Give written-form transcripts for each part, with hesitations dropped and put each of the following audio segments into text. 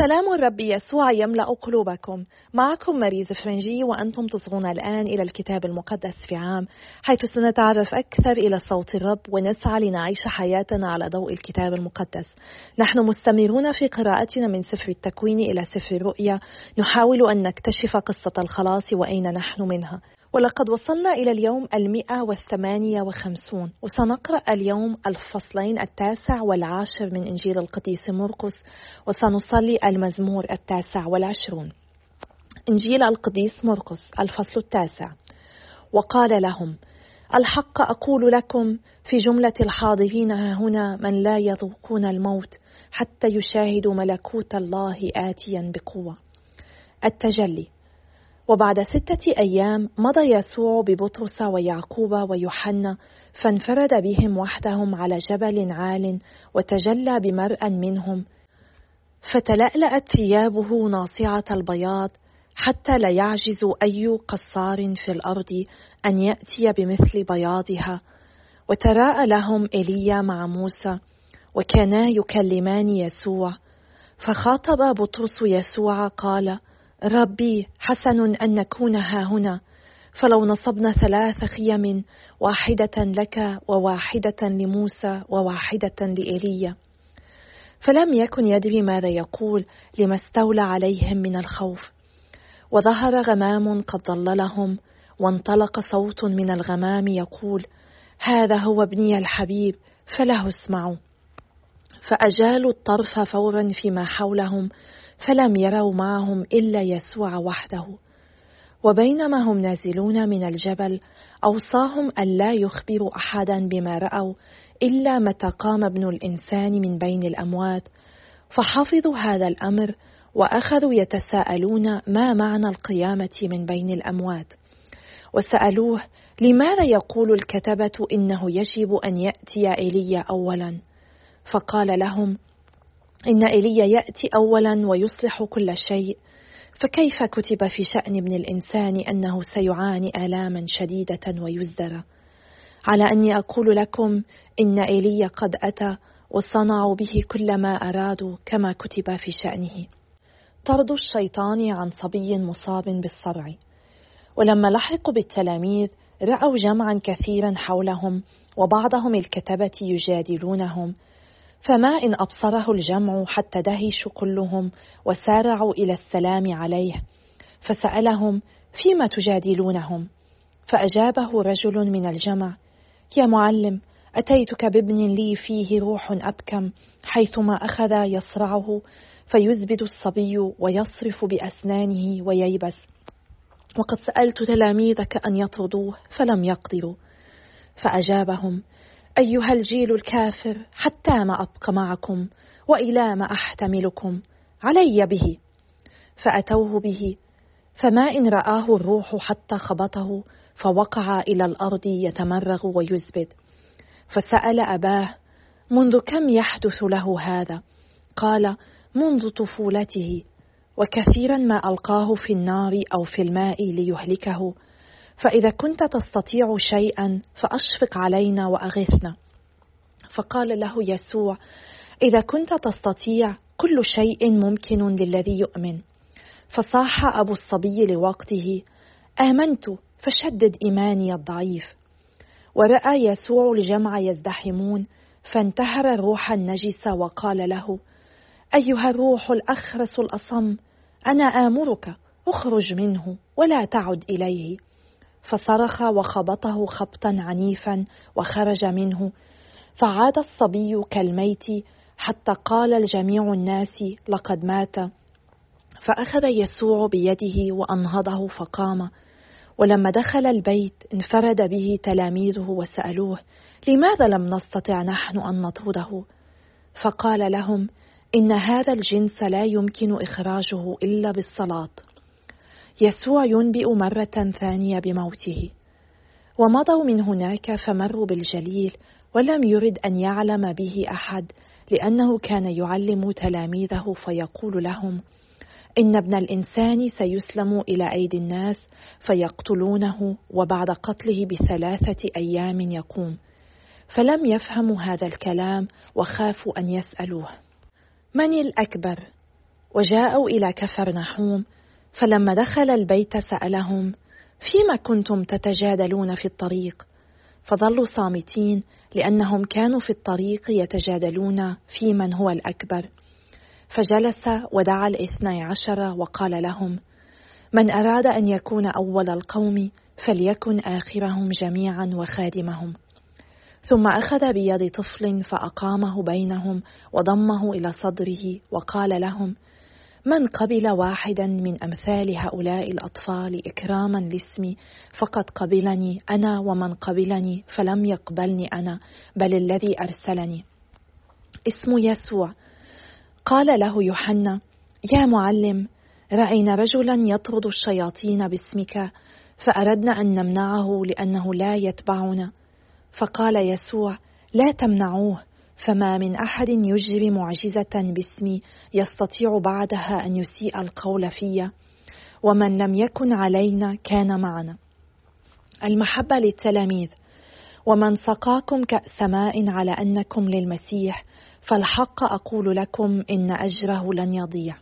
سلام الرب يسوع يملأ قلوبكم. معكم ماريز فرنجي وأنتم تصغون الآن إلى الكتاب المقدس في عام، حيث سنتعرف أكثر إلى صوت الرب ونسعى لنعيش حياتنا على ضوء الكتاب المقدس. نحن مستمرون في قراءتنا من سفر التكوين إلى سفر الرؤيا، نحاول أن نكتشف قصة الخلاص وأين نحن منها. ولقد وصلنا إلى اليوم 158، وسنقرأ اليوم الفصلين 9 و10 من إنجيل القديس مرقس، وسنصلي المزمور 29. إنجيل القديس مرقس الفصل 9. وقال لهم: الحق أقول لكم في جملة الحاضرين هنا من لا يذوقون الموت حتى يشاهدوا ملكوت الله آتيا بقوة. التجلي. وبعد 6 أيام مضى يسوع ببطرس ويعقوب ويوحنا، فانفرد بهم وحدهم على جبل عال، وتجلى بمرأ منهم، فتلألأت ثيابه ناصعة البياض، حتى لا يعجز أي قصار في الأرض أن يأتي بمثل بياضها. وتراءى لهم إيليا مع موسى، وكانا يكلمان يسوع. فخاطب بطرس يسوع قال: ربي، حسن أن نكون هاهنا، فلو نصبنا 3 خيم، واحدة لك وواحدة لموسى وواحدة لإيليا. فلم يكن يدري ماذا يقول، لما استولى عليهم من الخوف. وظهر غمام قد ظللهم، وانطلق صوت من الغمام يقول: هذا هو ابني الحبيب، فله اسمعوا. فأجالوا الطرف فورا فيما حولهم، فلم يروا معهم إلا يسوع وحده. وبينما هم نازلون من الجبل، أوصاهم ألا يخبروا أحدا بما رأوا إلا متى قام ابن الإنسان من بين الأموات. فحفظوا هذا الأمر، وأخذوا يتساءلون ما معنى القيامة من بين الأموات. وسألوه: لماذا يقول الكتبة إنه يجب أن يأتي إيليا أولا؟ فقال لهم: إن إيليا يأتي أولا ويصلح كل شيء. فكيف كتب في شأن ابن الإنسان أنه سيعاني آلاما شديدة ويزدرى؟ على أني أقول لكم إن إيليا قد أتى، وصنعوا به كل ما أرادوا كما كتب في شأنه. طرد الشيطان عن صبي مصاب بالصرع. ولما لحقوا بالتلاميذ، رأوا جمعا كثيرا حولهم، وبعضهم الكتبة يجادلونهم. فما إن أبصره الجمع حتى دهشوا كلهم، وسارعوا إلى السلام عليه. فسألهم: فيما تجادلونهم؟ فأجابه رجل من الجمع: يا معلم، أتيتك بابن لي فيه روح أبكم، حيثما أخذ يصرعه فيزبد الصبي ويصرف بأسنانه وييبس، وقد سألت تلاميذك أن يطردوه فلم يقدروا. فأجابهم: أيها الجيل الكافر، حتى ما أبقى معكم، وإلى ما أحتملكم؟ علي به. فأتوه به، فما إن رآه الروح حتى خبطه، فوقع إلى الأرض يتمرغ ويزبد. فسأل أباه: منذ كم يحدث له هذا؟ قال: منذ طفولته، وكثيرا ما ألقاه في النار أو في الماء ليهلكه. فإذا كنت تستطيع شيئا فأشفق علينا وأغثنا. فقال له يسوع: إذا كنت تستطيع، كل شيء ممكن للذي يؤمن. فصاح أبو الصبي لوقته: آمنت، فشدد إيماني الضعيف. ورأى يسوع الجمع يزدحمون، فانتهر الروح النجس وقال له: أيها الروح الأخرس الأصم، أنا آمرك، اخرج منه ولا تعد إليه. فصرخ وخبطه خبطا عنيفا وخرج منه، فعاد الصبي كالميت، حتى قال الجميع الناس: لقد مات. فأخذ يسوع بيده وأنهضه فقام. ولما دخل البيت انفرد به تلاميذه وسألوه: لماذا لم نستطع نحن أن نطرده؟ فقال لهم: إن هذا الجنس لا يمكن إخراجه إلا بالصلاة. يسوع ينبئ مرة ثانية بموته. ومضوا من هناك فمروا بالجليل، ولم يرد أن يعلم به أحد، لأنه كان يعلم تلاميذه فيقول لهم: إن ابن الإنسان سيسلم إلى أيدي الناس فيقتلونه، وبعد قتله ب3 أيام يقوم. فلم يفهموا هذا الكلام، وخافوا أن يسألوه: من الأكبر؟ وجاءوا إلى كفرنحوم، فلما دخل البيت سألهم: فيما كنتم تتجادلون في الطريق؟ فظلوا صامتين، لأنهم كانوا في الطريق يتجادلون في من هو الأكبر. فجلس ودعا 12 وقال لهم: من أراد أن يكون أول القوم فليكن آخرهم جميعا وخادمهم. ثم أخذ بيد طفل فأقامه بينهم وضمه إلى صدره وقال لهم: من قبل واحدا من أمثال هؤلاء الأطفال إكراما لاسمي فقد قبلني أنا، ومن قبلني فلم يقبلني أنا بل الذي أرسلني. اسم يسوع. قال له يوحنا: يا معلم، رأينا رجلا يطرد الشياطين باسمك، فأردنا أن نمنعه لأنه لا يتبعنا. فقال يسوع: لا تمنعوه، فما من أحد يجري معجزة باسمي يستطيع بعدها أن يسيء القول في، ومن لم يكن علينا كان معنا. المحبة للتلاميذ. ومن سقاكم كأس ماء على أنكم للمسيح، فالحق أقول لكم إن أجره لن يضيع.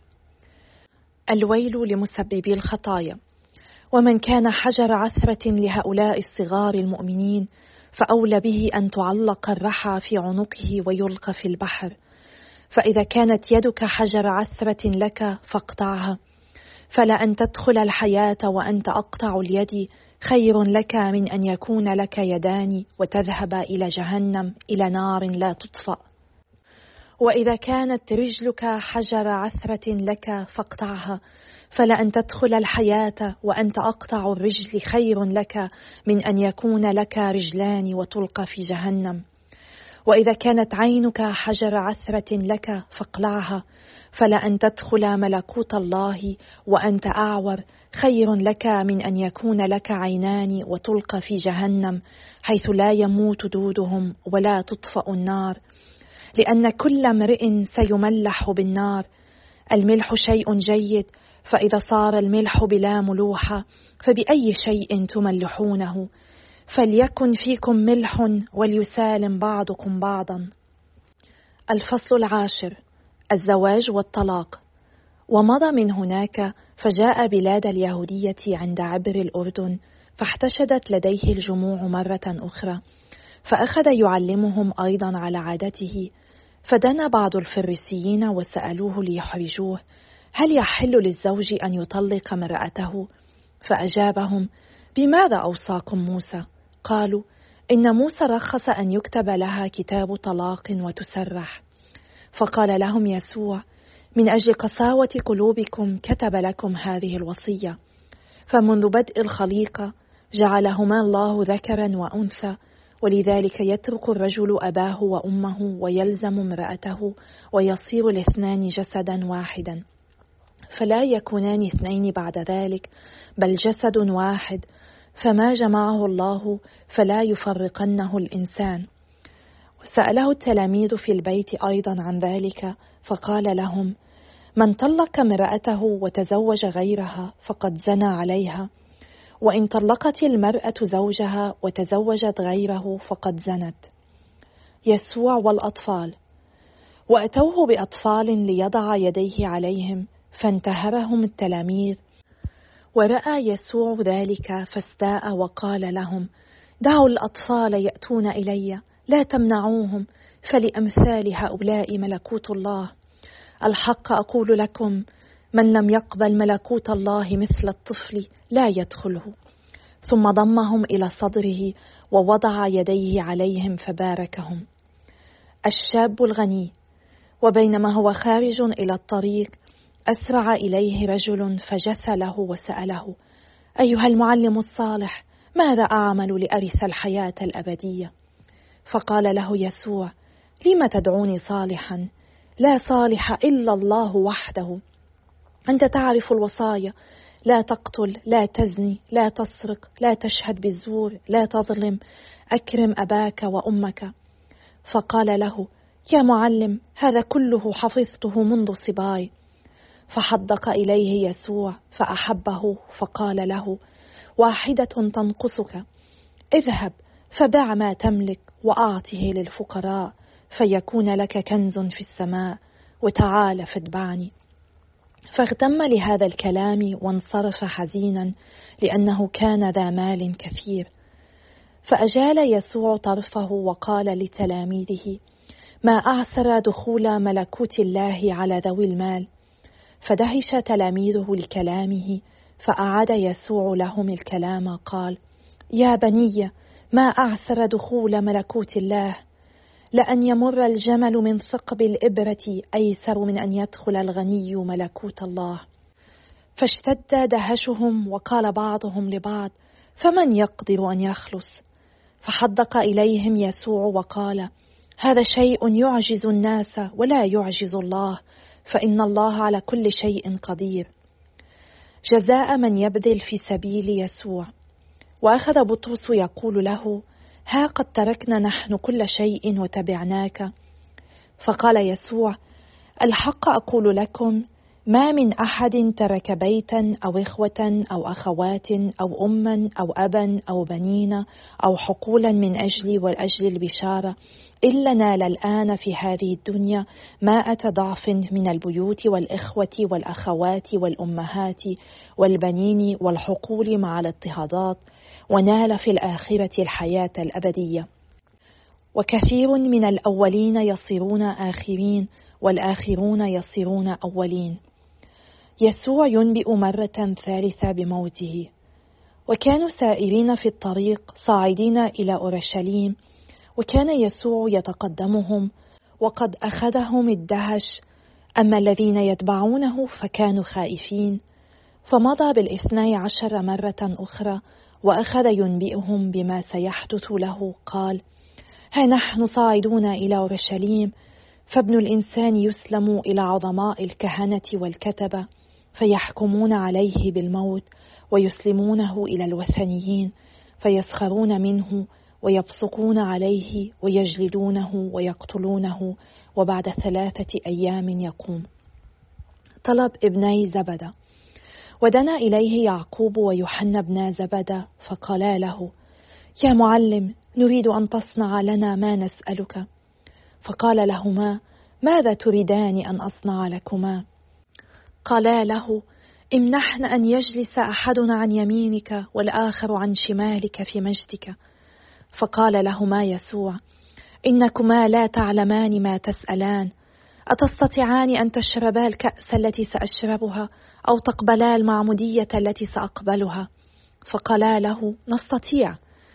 الويل لمسببي الخطايا. ومن كان حجر عثرة لهؤلاء الصغار المؤمنين، فأولى به أن تعلق الرحى في عنقه ويلقى في البحر. فإذا كانت يدك حجر عثرة لك فاقطعها، فلا أن تدخل الحياة وأنت أقطع اليد خير لك من أن يكون لك يدان وتذهب إلى جهنم، إلى نار لا تطفأ. وإذا كانت رجلك حجر عثرة لك فاقطعها، فلا أن تدخل الحياة وأنت أقطع الرجل خير لك من أن يكون لك رجلان وتلقى في جهنم. وإذا كانت عينك حجر عثرة لك فاقلعها، فلا أن تدخل ملكوت الله وأنت أعور خير لك من أن يكون لك عينان وتلقى في جهنم، حيث لا يموت دودهم ولا تطفأ النار. لأن كل امرئ سيملح بالنار. الملح شيء جيد، فإذا صار الملح بلا ملوحة فبأي شيء تملحونه؟ فليكن فيكم ملح وليسالم بعضكم بعضا. الفصل 10: الزواج والطلاق. ومضى من هناك فجاء بلاد اليهودية عند عبر الأردن، فاحتشدت لديه الجموع مرة أخرى، فأخذ يعلمهم أيضا على عادته. فدنا بعض الفريسيين وسألوه ليحرجوه: هل يحل للزوج أن يطلق امرأته؟ فأجابهم: بماذا أوصاكم موسى؟ قالوا: إن موسى رخص أن يكتب لها كتاب طلاق وتسرح. فقال لهم يسوع: من أجل قساوة قلوبكم كتب لكم هذه الوصية. فمنذ بدء الخليقة جعلهما الله ذكرا وأنثى، ولذلك يترك الرجل أباه وأمه ويلزم امرأته ويصير الاثنان جسدا واحدا. فلا يكونان اثنين بعد ذلك، بل جسد واحد. فما جمعه الله فلا يفرقنه الإنسان. وسأله التلاميذ في البيت أيضا عن ذلك، فقال لهم: من طلق امرأته وتزوج غيرها فقد زنى عليها، وإن طلقت المرأة زوجها وتزوجت غيره فقد زنت. يسوع والأطفال. وأتوه بأطفال ليضع يديه عليهم، فانتهرهم التلاميذ. ورأى يسوع ذلك فاستاء وقال لهم: دعوا الأطفال يأتون إلي، لا تمنعوهم، فلأمثال هؤلاء ملكوت الله. الحق أقول لكم، من لم يقبل ملكوت الله مثل الطفل لا يدخله. ثم ضمهم إلى صدره ووضع يديه عليهم فباركهم. الشاب الغني. وبينما هو خارج إلى الطريق أسرع إليه رجل فجث له وسأله: أيها المعلم الصالح، ماذا أعمل لأرث الحياة الأبدية؟ فقال له يسوع: لم تدعوني صالحا؟ لا صالح إلا الله وحده. أنت تعرف الوصايا: لا تقتل، لا تزني، لا تسرق، لا تشهد بالزور، لا تظلم، أكرم أباك وأمك. فقال له: يا معلم، هذا كله حفظته منذ صباي. فحدق إليه يسوع فأحبه، فقال له: واحدة تنقصك، اذهب فبع ما تملك وأعطه للفقراء، فيكون لك كنز في السماء، وتعال فاتبعني. فاغتم لهذا الكلام وانصرف حزينا لأنه كان ذا مال كثير. فأجال يسوع طرفه وقال لتلاميذه: ما أعسر دخول ملكوت الله على ذوي المال. فدهش تلاميذه لكلامه، فأعاد يسوع لهم الكلام قال: يا بني، ما أعسر دخول ملكوت الله. لأن يمر الجمل من ثقب الإبرة أيسر من أن يدخل الغني ملكوت الله. فاشتد دهشهم، وقال بعضهم لبعض: فمن يقدر أن يخلص؟ فحدق إليهم يسوع وقال: هذا شيء يعجز الناس ولا يعجز الله، فإن الله على كل شيء قدير. جزاء من يبذل في سبيل يسوع. وأخذ بطرس يقول له: ها قد تركنا نحن كل شيء وتبعناك. فقال يسوع: الحق أقول لكم، ما من أحد ترك بيتا أو إخوة أو أخوات أو أما أو أبا أو بنين أو حقولا من أجلي والأجل البشارة إلا نال الآن في هذه الدنيا 100 ضعف من البيوت والإخوة والأخوات والأمهات والبنين والحقول مع الاضطهادات، ونال في الآخرة الحياة الأبدية. وكثير من الأولين يصيرون آخرين، والآخرون يصيرون أولين. يسوع ينبئ مرة ثالثة بموته. وكانوا سائرين في الطريق صاعدين إلى أورشليم، وكان يسوع يتقدمهم وقد أخذهم الدهش، أما الذين يتبعونه فكانوا خائفين. فمضى 12 مرة أخرى وأخذ ينبئهم بما سيحدث له. قال: ها نحن صاعدون إلى أورشليم، فابن الإنسان يسلم إلى عظماء الكهنة والكتبة، فيحكمون عليه بالموت ويسلمونه إلى الوثنيين، فيسخرون منه ويبصقون عليه ويجلدونه ويقتلونه، وبعد 3 أيام يقوم. طلب ابني زبدة. ودنا إليه يعقوب ويوحنا بنا زبدة فقالا له: يا معلم، نريد أن تصنع لنا ما نسألك. فقال لهما: ماذا تريدان أن أصنع لكما؟ قالا له: امنحنا أن يجلس أحدنا عن يمينك والآخر عن شمالك في مجدك. فقال لهما يسوع: إنكما لا تعلمان ما تسألان. أتستطيعان أن تشربا الكأس التي سأشربها أو تقبلا المعمودية التي سأقبلها؟ فقالا له: نستطيع.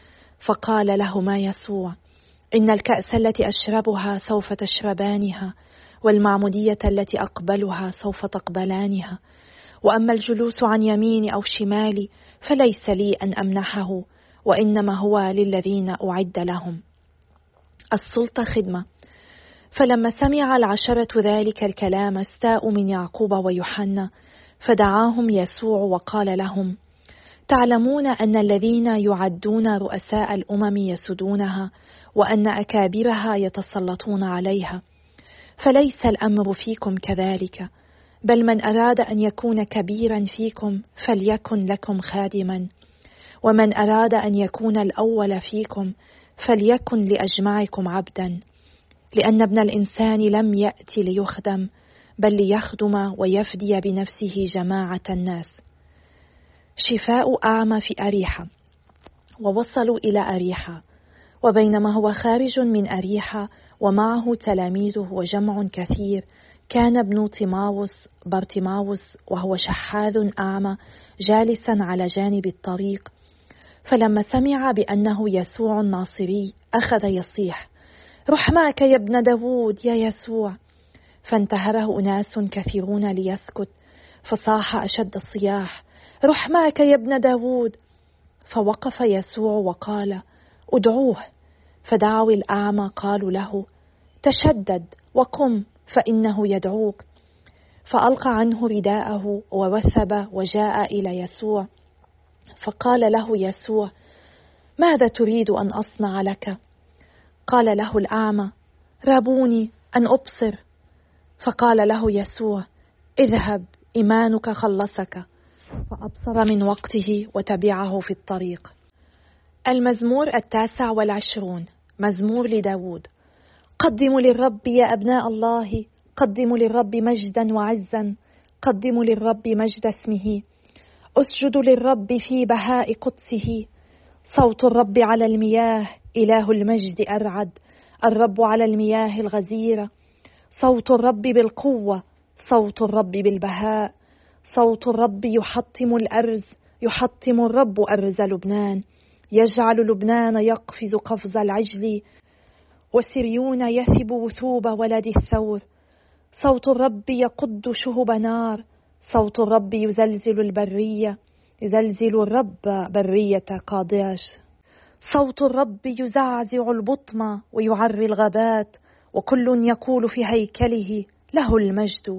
فقال لهما يسوع: إن الكأس التي أشربها سوف تشربانها، والمعمودية التي أقبلها سوف تقبلانها، وأما الجلوس عن يميني أو شمالي فليس لي أن أمنحه، وإنما هو للذين أعد لهم. السلطة خدمة. فلما سمع 10 ذلك الكلام استاءوا من يعقوب ويوحنا، فدعاهم يسوع وقال لهم: تعلمون أن الذين يعدون رؤساء الأمم يسودونها، وأن أكابرها يتسلطون عليها، فليس الأمر فيكم كذلك، بل من أراد أن يكون كبيرا فيكم فليكن لكم خادما، ومن أراد أن يكون الأول فيكم فليكن لأجمعكم عبدا، لأن ابن الإنسان لم يأتي ليخدم، بل ليخدم ويفدي بنفسه جماعة الناس. شفاء أعمى في أريحة. ووصلوا إلى أريحة، وبينما هو خارج من أريحة ومعه تلاميذه وجمع كثير، كان ابن طيماوس برطيماوس وهو شحاذ أعمى جالسا على جانب الطريق. فلما سمع بأنه يسوع الناصري أخذ يصيح: رحماك يا ابن داود يا يسوع. فانتهره أناس كثيرون ليسكت، فصاح أشد الصياح: رحماك يا ابن داود. فوقف يسوع وقال: ادعوه. فدعوا الأعمى قالوا له: تشدد وقم، فإنه يدعوك. فألقى عنه رداءه ووثب وجاء إلى يسوع. فقال له يسوع: ماذا تريد أن أصنع لك؟ قال له الأعمى: رابوني، أن أبصر. فقال له يسوع: اذهب، إيمانك خلصك. فأبصر من وقته وتبعه في الطريق. المزمور 29، مزمور لداود. قدموا للرب يا أبناء الله، قدموا للرب مجدا وعزا، قدموا للرب مجد اسمه، اسجدوا للرب في بهاء قدسه. صوت الرب على المياه، إله المجد أرعد، الرب على المياه الغزيرة. صوت الرب بالقوة، صوت الرب بالبهاء. صوت الرب يحطم الأرز، يحطم الرب أرز لبنان. يجعل لبنان يقفز قفز العجل، وسريون يثب وثوب ولد الثور. صوت الرب يقد شهب نار، صوت الرب يزلزل البرية، يزلزل الرب برية قادش. صوت الرب يزعزع البطمة ويعري الغابات، وكل يقول في هيكله له المجد.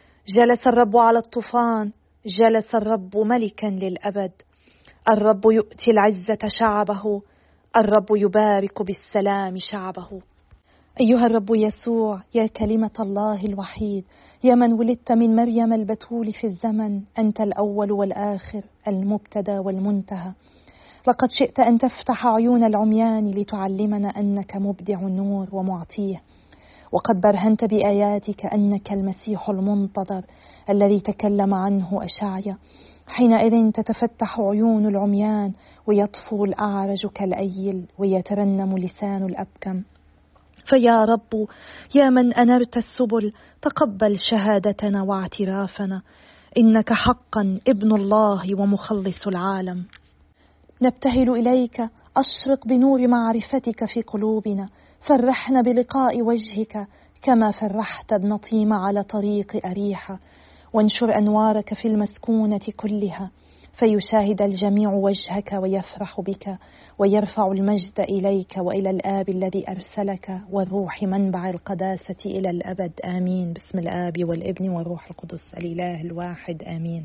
جلس الرب على الطوفان، جلس الرب ملكا للأبد. الرب يؤتي العزة شعبه، الرب يبارك بالسلام شعبه. أيها الرب يسوع، يا كلمة الله الوحيد، يا من ولدت من مريم البتول في الزمن، أنت الأول والآخر، المبتدأ والمنتهى. لقد شئت أن تفتح عيون العميان لتعلمنا أنك مبدع النور ومعطيه، وقد برهنت بآياتك أنك المسيح المنتظر الذي تكلم عنه أشعيا. حينئذ تتفتح عيون العميان، ويطفو الأعرج كالأيل، ويترنم لسان الأبكم. فيا رب، يا من أنرت السبل، تقبل شهادتنا واعترافنا، إنك حقا ابن الله ومخلص العالم. نبتهل إليك، أشرق بنور معرفتك في قلوبنا، فرحنا بلقاء وجهك كما فرحت ابن طيم على طريق أريحة، وانشر أنوارك في المسكونة كلها، فيشاهد الجميع وجهك ويفرح بك، ويرفع المجد إليك وإلى الآب الذي أرسلك، والروح منبع القداسة إلى الأبد. آمين. باسم الآب والابن والروح القدس الإله الواحد. آمين.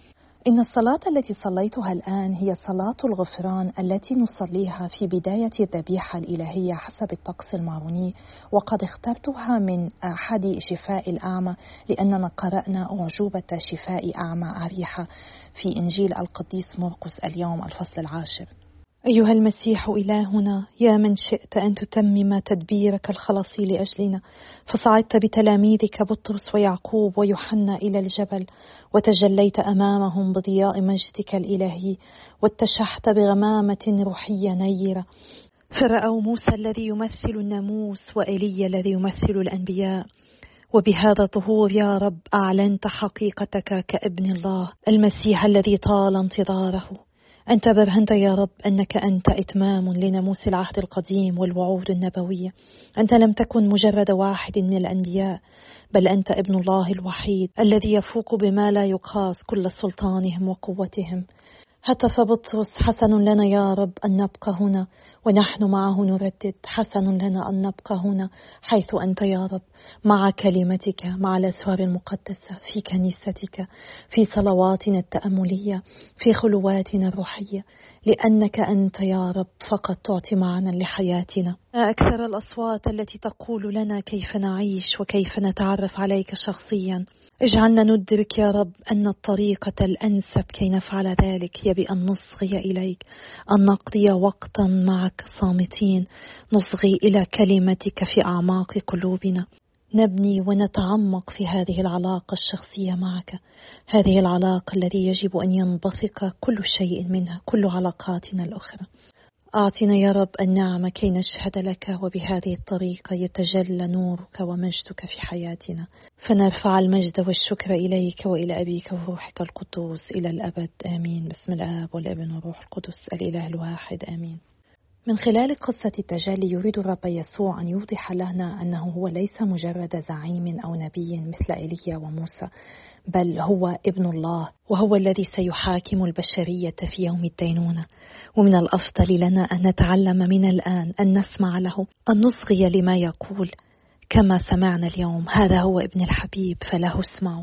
إن الصلاة التي صليتها الآن هي صلاة الغفران التي نصليها في بداية الذبيحة الإلهية حسب الطقس الماروني، وقد اخترتها من أحد شفاء الأعمى لأننا قرأنا أعجوبة شفاء أعمى أريحة في إنجيل القديس مرقس اليوم الفصل 10. أيها المسيح إلهنا، يا من شئت أن تتمم تدبيرك الخلاصي لأجلنا، فصعدت بتلاميذك بطرس ويعقوب ويوحنا إلى الجبل، وتجليت أمامهم بضياء مجدك الإلهي، واتشحت بغمامة روحية نيرة، فرأوا موسى الذي يمثل الناموس وإيليا الذي يمثل الأنبياء. وبهذا الظهور يا رب أعلنت حقيقتك كابن الله المسيح الذي طال انتظاره. أنت برهنت يا رب أنك أنت إتمام لناموس العهد القديم والوعود النبوية. أنت لم تكن مجرد واحد من الأنبياء، بل أنت ابن الله الوحيد الذي يفوق بما لا يقاس كل سلطانهم وقوتهم. هتف بطرس: حسن لنا يا رب أن نبقى هنا، ونحن معه نردد: حسن لنا أن نبقى هنا حيث أنت يا رب، مع كلمتك، مع الأسوار المقدسة، في كنيستك، في صلواتنا التأملية، في خلواتنا الروحية، لأنك أنت يا رب فقط تعطي معنا لحياتنا. أكثر الأصوات التي تقول لنا كيف نعيش وكيف نتعرف عليك شخصيا. اجعلنا ندرك يا رب أن الطريقة الأنسب كي نفعل ذلك هي بأن نصغي إليك، أن نقضي وقتا معك صامتين، نصغي إلى كلمتك في أعماق قلوبنا، نبني ونتعمق في هذه العلاقة الشخصية معك، هذه العلاقة التي يجب أن ينبثق كل شيء منها، كل علاقاتنا الأخرى. أعطنا يا رب النعمة كي نشهد لك، وبهذه الطريقة يتجلى نورك ومجدك في حياتنا، فنرفع المجد والشكر إليك وإلى أبيك وروحك القدوس إلى الأبد. آمين. باسم الآب والابن والروح القدس الإله الواحد. آمين. من خلال قصة التجلي يريد الرب يسوع أن يوضح لنا أنه هو ليس مجرد زعيم أو نبي مثل إيليا وموسى، بل هو ابن الله، وهو الذي سيحاكم البشرية في يوم الدينونة. ومن الأفضل لنا أن نتعلم من الآن أن نسمع له، أن نصغي لما يقول، كما سمعنا اليوم: هذا هو ابن الحبيب فله اسمعوا.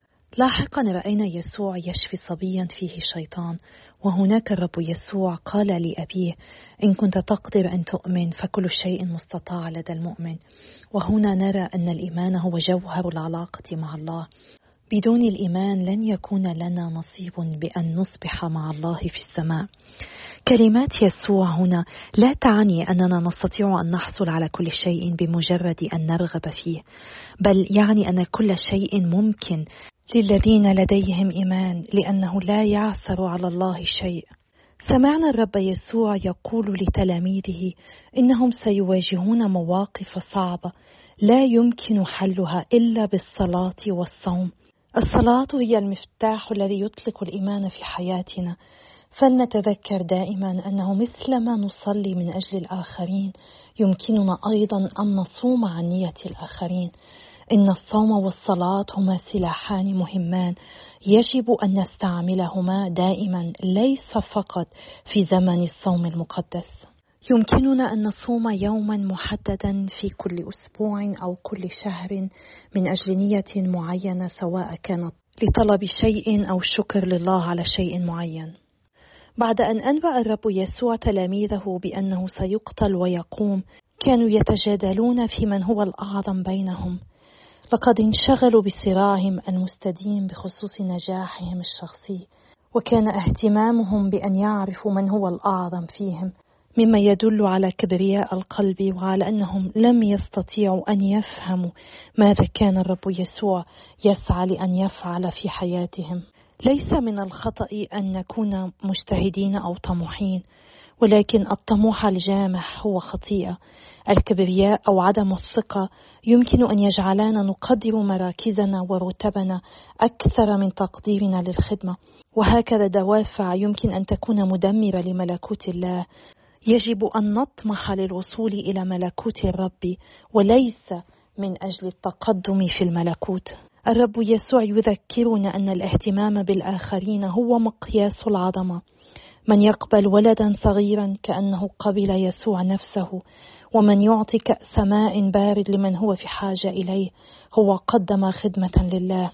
لاحقا رأينا يسوع يشفي صبيا فيه شيطان، وهناك الرب يسوع قال لأبيه: إن كنت تقدر أن تؤمن فكل شيء مستطاع لدى المؤمن. وهنا نرى أن الإيمان هو جوهر العلاقة مع الله. بدون الإيمان لن يكون لنا نصيب بأن نصبح مع الله في السماء. كلمات يسوع هنا لا تعني أننا نستطيع أن نحصل على كل شيء بمجرد أن نرغب فيه، بل يعني أن كل شيء ممكن للذين لديهم إيمان، لأنه لا يعثر على الله شيء. سمعنا الرب يسوع يقول لتلاميذه إنهم سيواجهون مواقف صعبة لا يمكن حلها إلا بالصلاة والصوم. الصلاة هي المفتاح الذي يطلق الإيمان في حياتنا، فلنتذكر دائما أنه مثلما نصلي من أجل الآخرين يمكننا أيضا أن نصوم عن نية الآخرين. إن الصوم والصلاة هما سلاحان مهمان يجب أن نستعملهما دائما، ليس فقط في زمن الصوم المقدس. يمكننا أن نصوم يوما محددا في كل أسبوع أو كل شهر من أجل نية معينة، سواء كانت لطلب شيء أو شكر لله على شيء معين. بعد أن أنبأ الرب يسوع تلاميذه بأنه سيقتل ويقوم، كانوا يتجادلون في من هو الأعظم بينهم. لقد انشغلوا بصراعهم المستديم بخصوص نجاحهم الشخصي، وكان اهتمامهم بأن يعرفوا من هو الأعظم فيهم، مما يدل على كبرياء القلب وعلى أنهم لم يستطيعوا أن يفهموا ماذا كان الرب يسوع يسعى لأن يفعل في حياتهم. ليس من الخطأ أن نكون مجتهدين أو طموحين، ولكن الطموح الجامح هو خطيئة. الكبرياء أو عدم الثقة يمكن أن يجعلنا نقدر مراكزنا ورتبنا أكثر من تقديرنا للخدمة، وهكذا دوافع يمكن أن تكون مدمرة لملكوت الله. يجب أن نطمح للوصول إلى ملكوت الرب وليس من أجل التقدم في الملكوت. الرب يسوع يذكرنا أن الاهتمام بالآخرين هو مقياس العظمة. من يقبل ولدا صغيرا كأنه قبل يسوع نفسه، ومن يعطي كأس ماء بارد لمن هو في حاجة إليه هو قدم خدمة لله.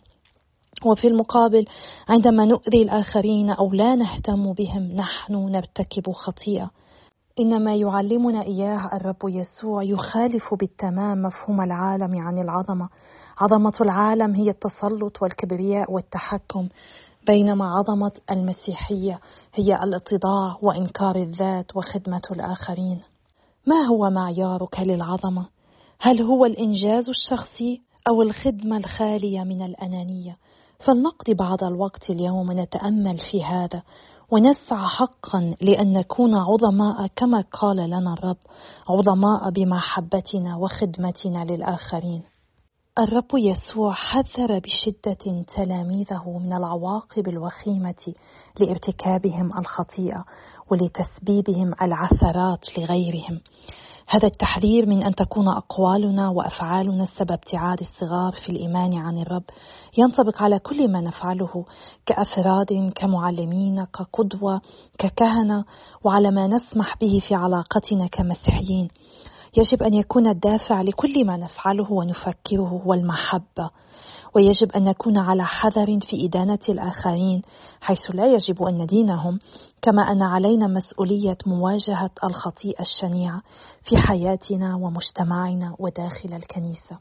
وفي المقابل عندما نؤذي الآخرين أو لا نهتم بهم نحن نرتكب خطيئة. إنما يعلمنا إياه الرب يسوع يخالف بالتمام مفهوم العالم عن العظمة. عظمة العالم هي التسلط والكبرياء والتحكم، بينما عظمة المسيحية هي الاتضاع وإنكار الذات وخدمة الآخرين. ما هو معيارك للعظمة؟ هل هو الإنجاز الشخصي أو الخدمة الخالية من الأنانية؟ فلنقضي بعض الوقت اليوم نتأمل في هذا، ونسعى حقا لأن نكون عظماء كما قال لنا الرب، عظماء بمحبتنا وخدمتنا للآخرين. الرب يسوع حذر بشدة تلاميذه من العواقب الوخيمة لارتكابهم الخطيئة ولتسبيبهم العثرات لغيرهم. هذا التحذير من أن تكون أقوالنا وأفعالنا سبب ابتعاد الصغار في الإيمان عن الرب ينطبق على كل ما نفعله كأفراد، كمعلمين، كقدوة، ككهنة، وعلى ما نسمح به في علاقتنا كمسيحيين. يجب أن يكون الدافع لكل ما نفعله ونفكره هو المحبة، ويجب أن نكون على حذر في إدانة الآخرين حيث لا يجب أن ندينهم، كما أن علينا مسؤولية مواجهة الخطيئة الشنيعة في حياتنا ومجتمعنا وداخل الكنيسة.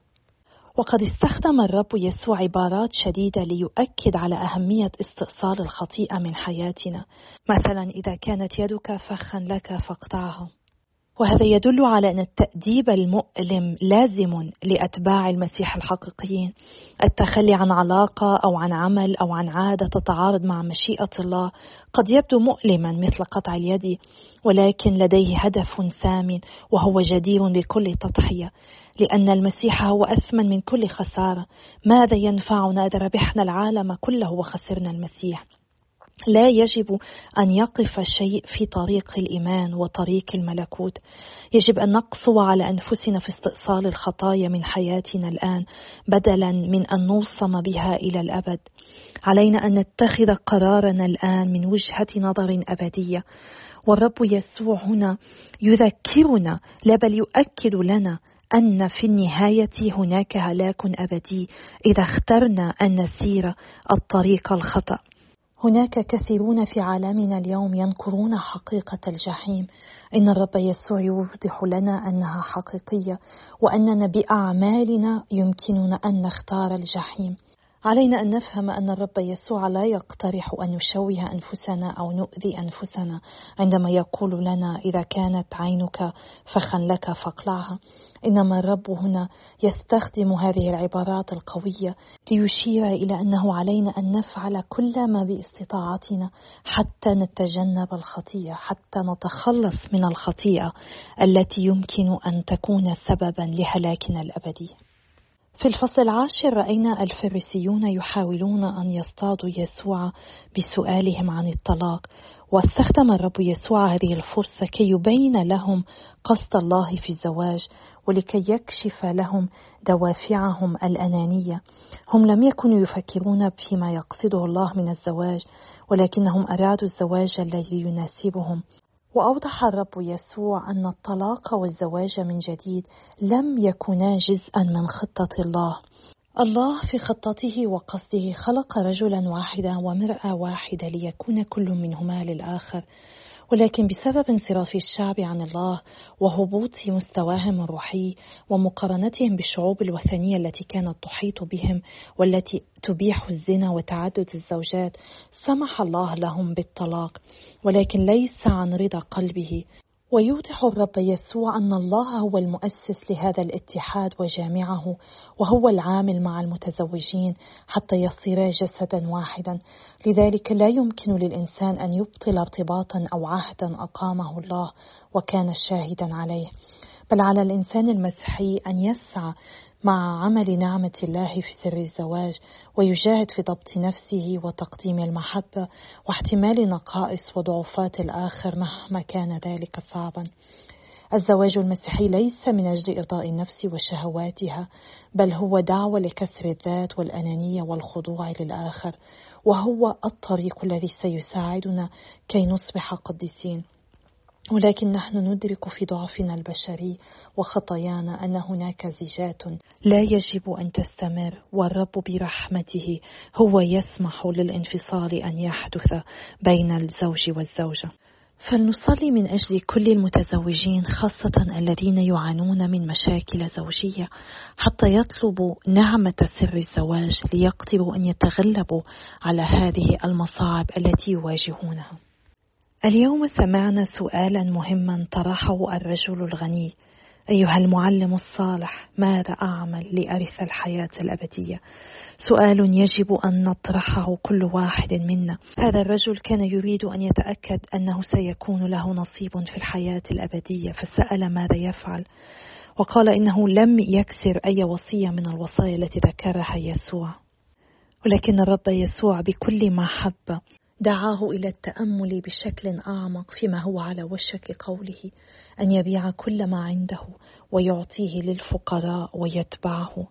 وقد استخدم الرب يسوع عبارات شديدة ليؤكد على أهمية استئصال الخطيئة من حياتنا. مثلا إذا كانت يدك فخا لك فاقطعها. وهذا يدل على أن التأديب المؤلم لازم لأتباع المسيح الحقيقيين. التخلي عن علاقة أو عن عمل أو عن عادة تتعارض مع مشيئة الله قد يبدو مؤلما مثل قطع اليد، ولكن لديه هدف سامٍ وهو جدير بكل تضحية، لأن المسيح هو أثمن من كل خسارة. ماذا ينفعنا إذا ربحنا العالم كله وخسرنا المسيح؟ لا يجب أن يقف شيء في طريق الإيمان وطريق الملكوت. يجب أن نقسو على أنفسنا في استئصال الخطايا من حياتنا الآن بدلا من أن نوصم بها إلى الأبد. علينا أن نتخذ قرارنا الآن من وجهة نظر أبدية. والرب يسوع هنا يذكرنا لا بل يؤكد لنا أن في النهاية هناك هلاك أبدي إذا اخترنا أن نسير الطريق الخطأ. هناك كثيرون في عالمنا اليوم ينكرون حقيقة الجحيم. إن الرب يسوع يوضح لنا أنها حقيقية، وأننا بأعمالنا يمكننا أن نختار الجحيم. علينا أن نفهم أن الرب يسوع لا يقترح أن نشوه أنفسنا أو نؤذي أنفسنا عندما يقول لنا إذا كانت عينك فخا لك فاقلعها، إنما الرب هنا يستخدم هذه العبارات القوية ليشير إلى أنه علينا أن نفعل كل ما باستطاعتنا حتى نتجنب الخطيئة، حتى نتخلص من الخطيئة التي يمكن أن تكون سببا لهلاكنا الأبدي. في الفصل 10 رأينا الفريسيون يحاولون أن يصطادوا يسوع بسؤالهم عن الطلاق، واستخدم الرب يسوع هذه الفرصة كي يبين لهم قصد الله في الزواج ولكي يكشف لهم دوافعهم الأنانية. هم لم يكونوا يفكرون فيما يقصده الله من الزواج، ولكنهم أرادوا الزواج الذي يناسبهم. وأوضح الرب يسوع أن الطلاق والزواج من جديد لم يكونا جزءا من خطة الله. الله في خطته وقصده خلق رجلا واحدا ومرأة واحدة ليكون كل منهما للآخر، ولكن بسبب انصراف الشعب عن الله وهبوط مستواهم الروحي ومقارنتهم بالشعوب الوثنية التي كانت تحيط بهم والتي تبيح الزنا وتعدد الزوجات، سمح الله لهم بالطلاق، ولكن ليس عن رضا قلبه. ويوضح الرب يسوع أن الله هو المؤسس لهذا الاتحاد وجامعه، وهو العامل مع المتزوجين حتى يصيرا جسدا واحدا. لذلك لا يمكن للإنسان أن يبطل ارتباطا أو عهدا أقامه الله وكان شاهدا عليه، بل على الإنسان المسيحي أن يسعى مع عمل نعمة الله في سر الزواج ويجاهد في ضبط نفسه وتقديم المحبة واحتمال نقائص وضعفات الآخر مهما كان ذلك صعبا. الزواج المسيحي ليس من أجل إرضاء النفس وشهواتها، بل هو دعوة لكسر الذات والأنانية والخضوع للآخر، وهو الطريق الذي سيساعدنا كي نصبح قديسين. ولكن نحن ندرك في ضعفنا البشري وخطايانا أن هناك زيجات لا يجب أن تستمر، والرب برحمته هو يسمح للانفصال أن يحدث بين الزوج والزوجة. فلنصلي من أجل كل المتزوجين خاصة الذين يعانون من مشاكل زوجية حتى يطلبوا نعمة سر الزواج ليقدروا أن يتغلبوا على هذه المصاعب التي يواجهونها. اليوم سمعنا سؤالا مهما طرحه الرجل الغني: أيها المعلم الصالح، ماذا أعمل لأرث الحياة الأبدية؟ سؤال يجب أن نطرحه كل واحد منا. هذا الرجل كان يريد أن يتأكد أنه سيكون له نصيب في الحياة الأبدية، فسأل ماذا يفعل، وقال إنه لم يكسر أي وصية من الوصايا التي ذكرها يسوع. ولكن الرب يسوع بكل محبة دعاه إلى التأمل بشكل أعمق فيما هو على وشك قوله أن يبيع كل ما عنده ويعطيه للفقراء ويتبعه.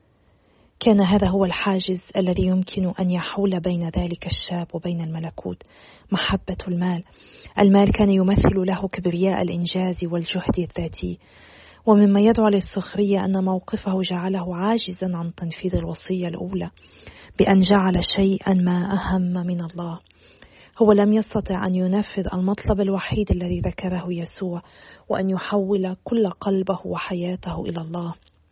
كان هذا هو الحاجز الذي يمكن أن يحول بين ذلك الشاب وبين الملكوت: محبة المال. المال كان يمثل له كبرياء الإنجاز والجهد الذاتي، ومما يدعو للسخرية أن موقفه جعله عاجزا عن تنفيذ الوصية الأولى بأن جعل شيئا ما أهم من الله. هو لم يستطع أن ينفذ المطلب الوحيد الذي ذكره يسوع، وأن يحول كل قلبه وحياته إلى الله.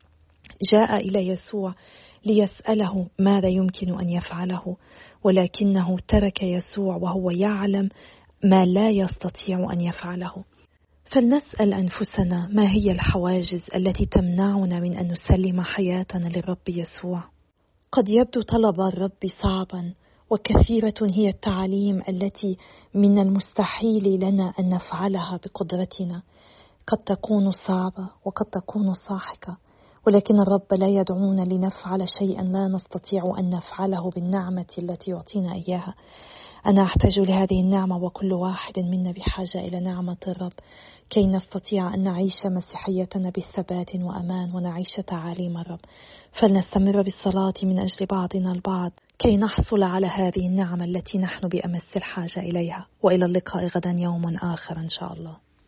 جاء إلى يسوع ليسأله ماذا يمكن أن يفعله، ولكنه ترك يسوع وهو يعلم ما لا يستطيع أن يفعله. فلنسأل أنفسنا: ما هي الحواجز التي تمنعنا من أن نسلم حياتنا للرب يسوع؟ قد يبدو طلب الرب صعبا، وكثيرة هي التعاليم التي من المستحيل لنا أن نفعلها بقدرتنا. قد تكون صعبة وقد تكون ساحقة، ولكن الرب لا يدعونا لنفعل شيئا لا نستطيع أن نفعله بالنعمة التي يعطينا إياها. أنا أحتاج لهذه النعمة، وكل واحد منا بحاجة إلى نعمة الرب كي نستطيع أن نعيش مسيحيتنا بثبات وأمان ونعيش تعاليم الرب. فلنستمر بالصلاة من أجل بعضنا البعض كي نحصل على هذه النعمة التي نحن بأمس الحاجة إليها. وإلى اللقاء غدا يوم آخر إن شاء الله.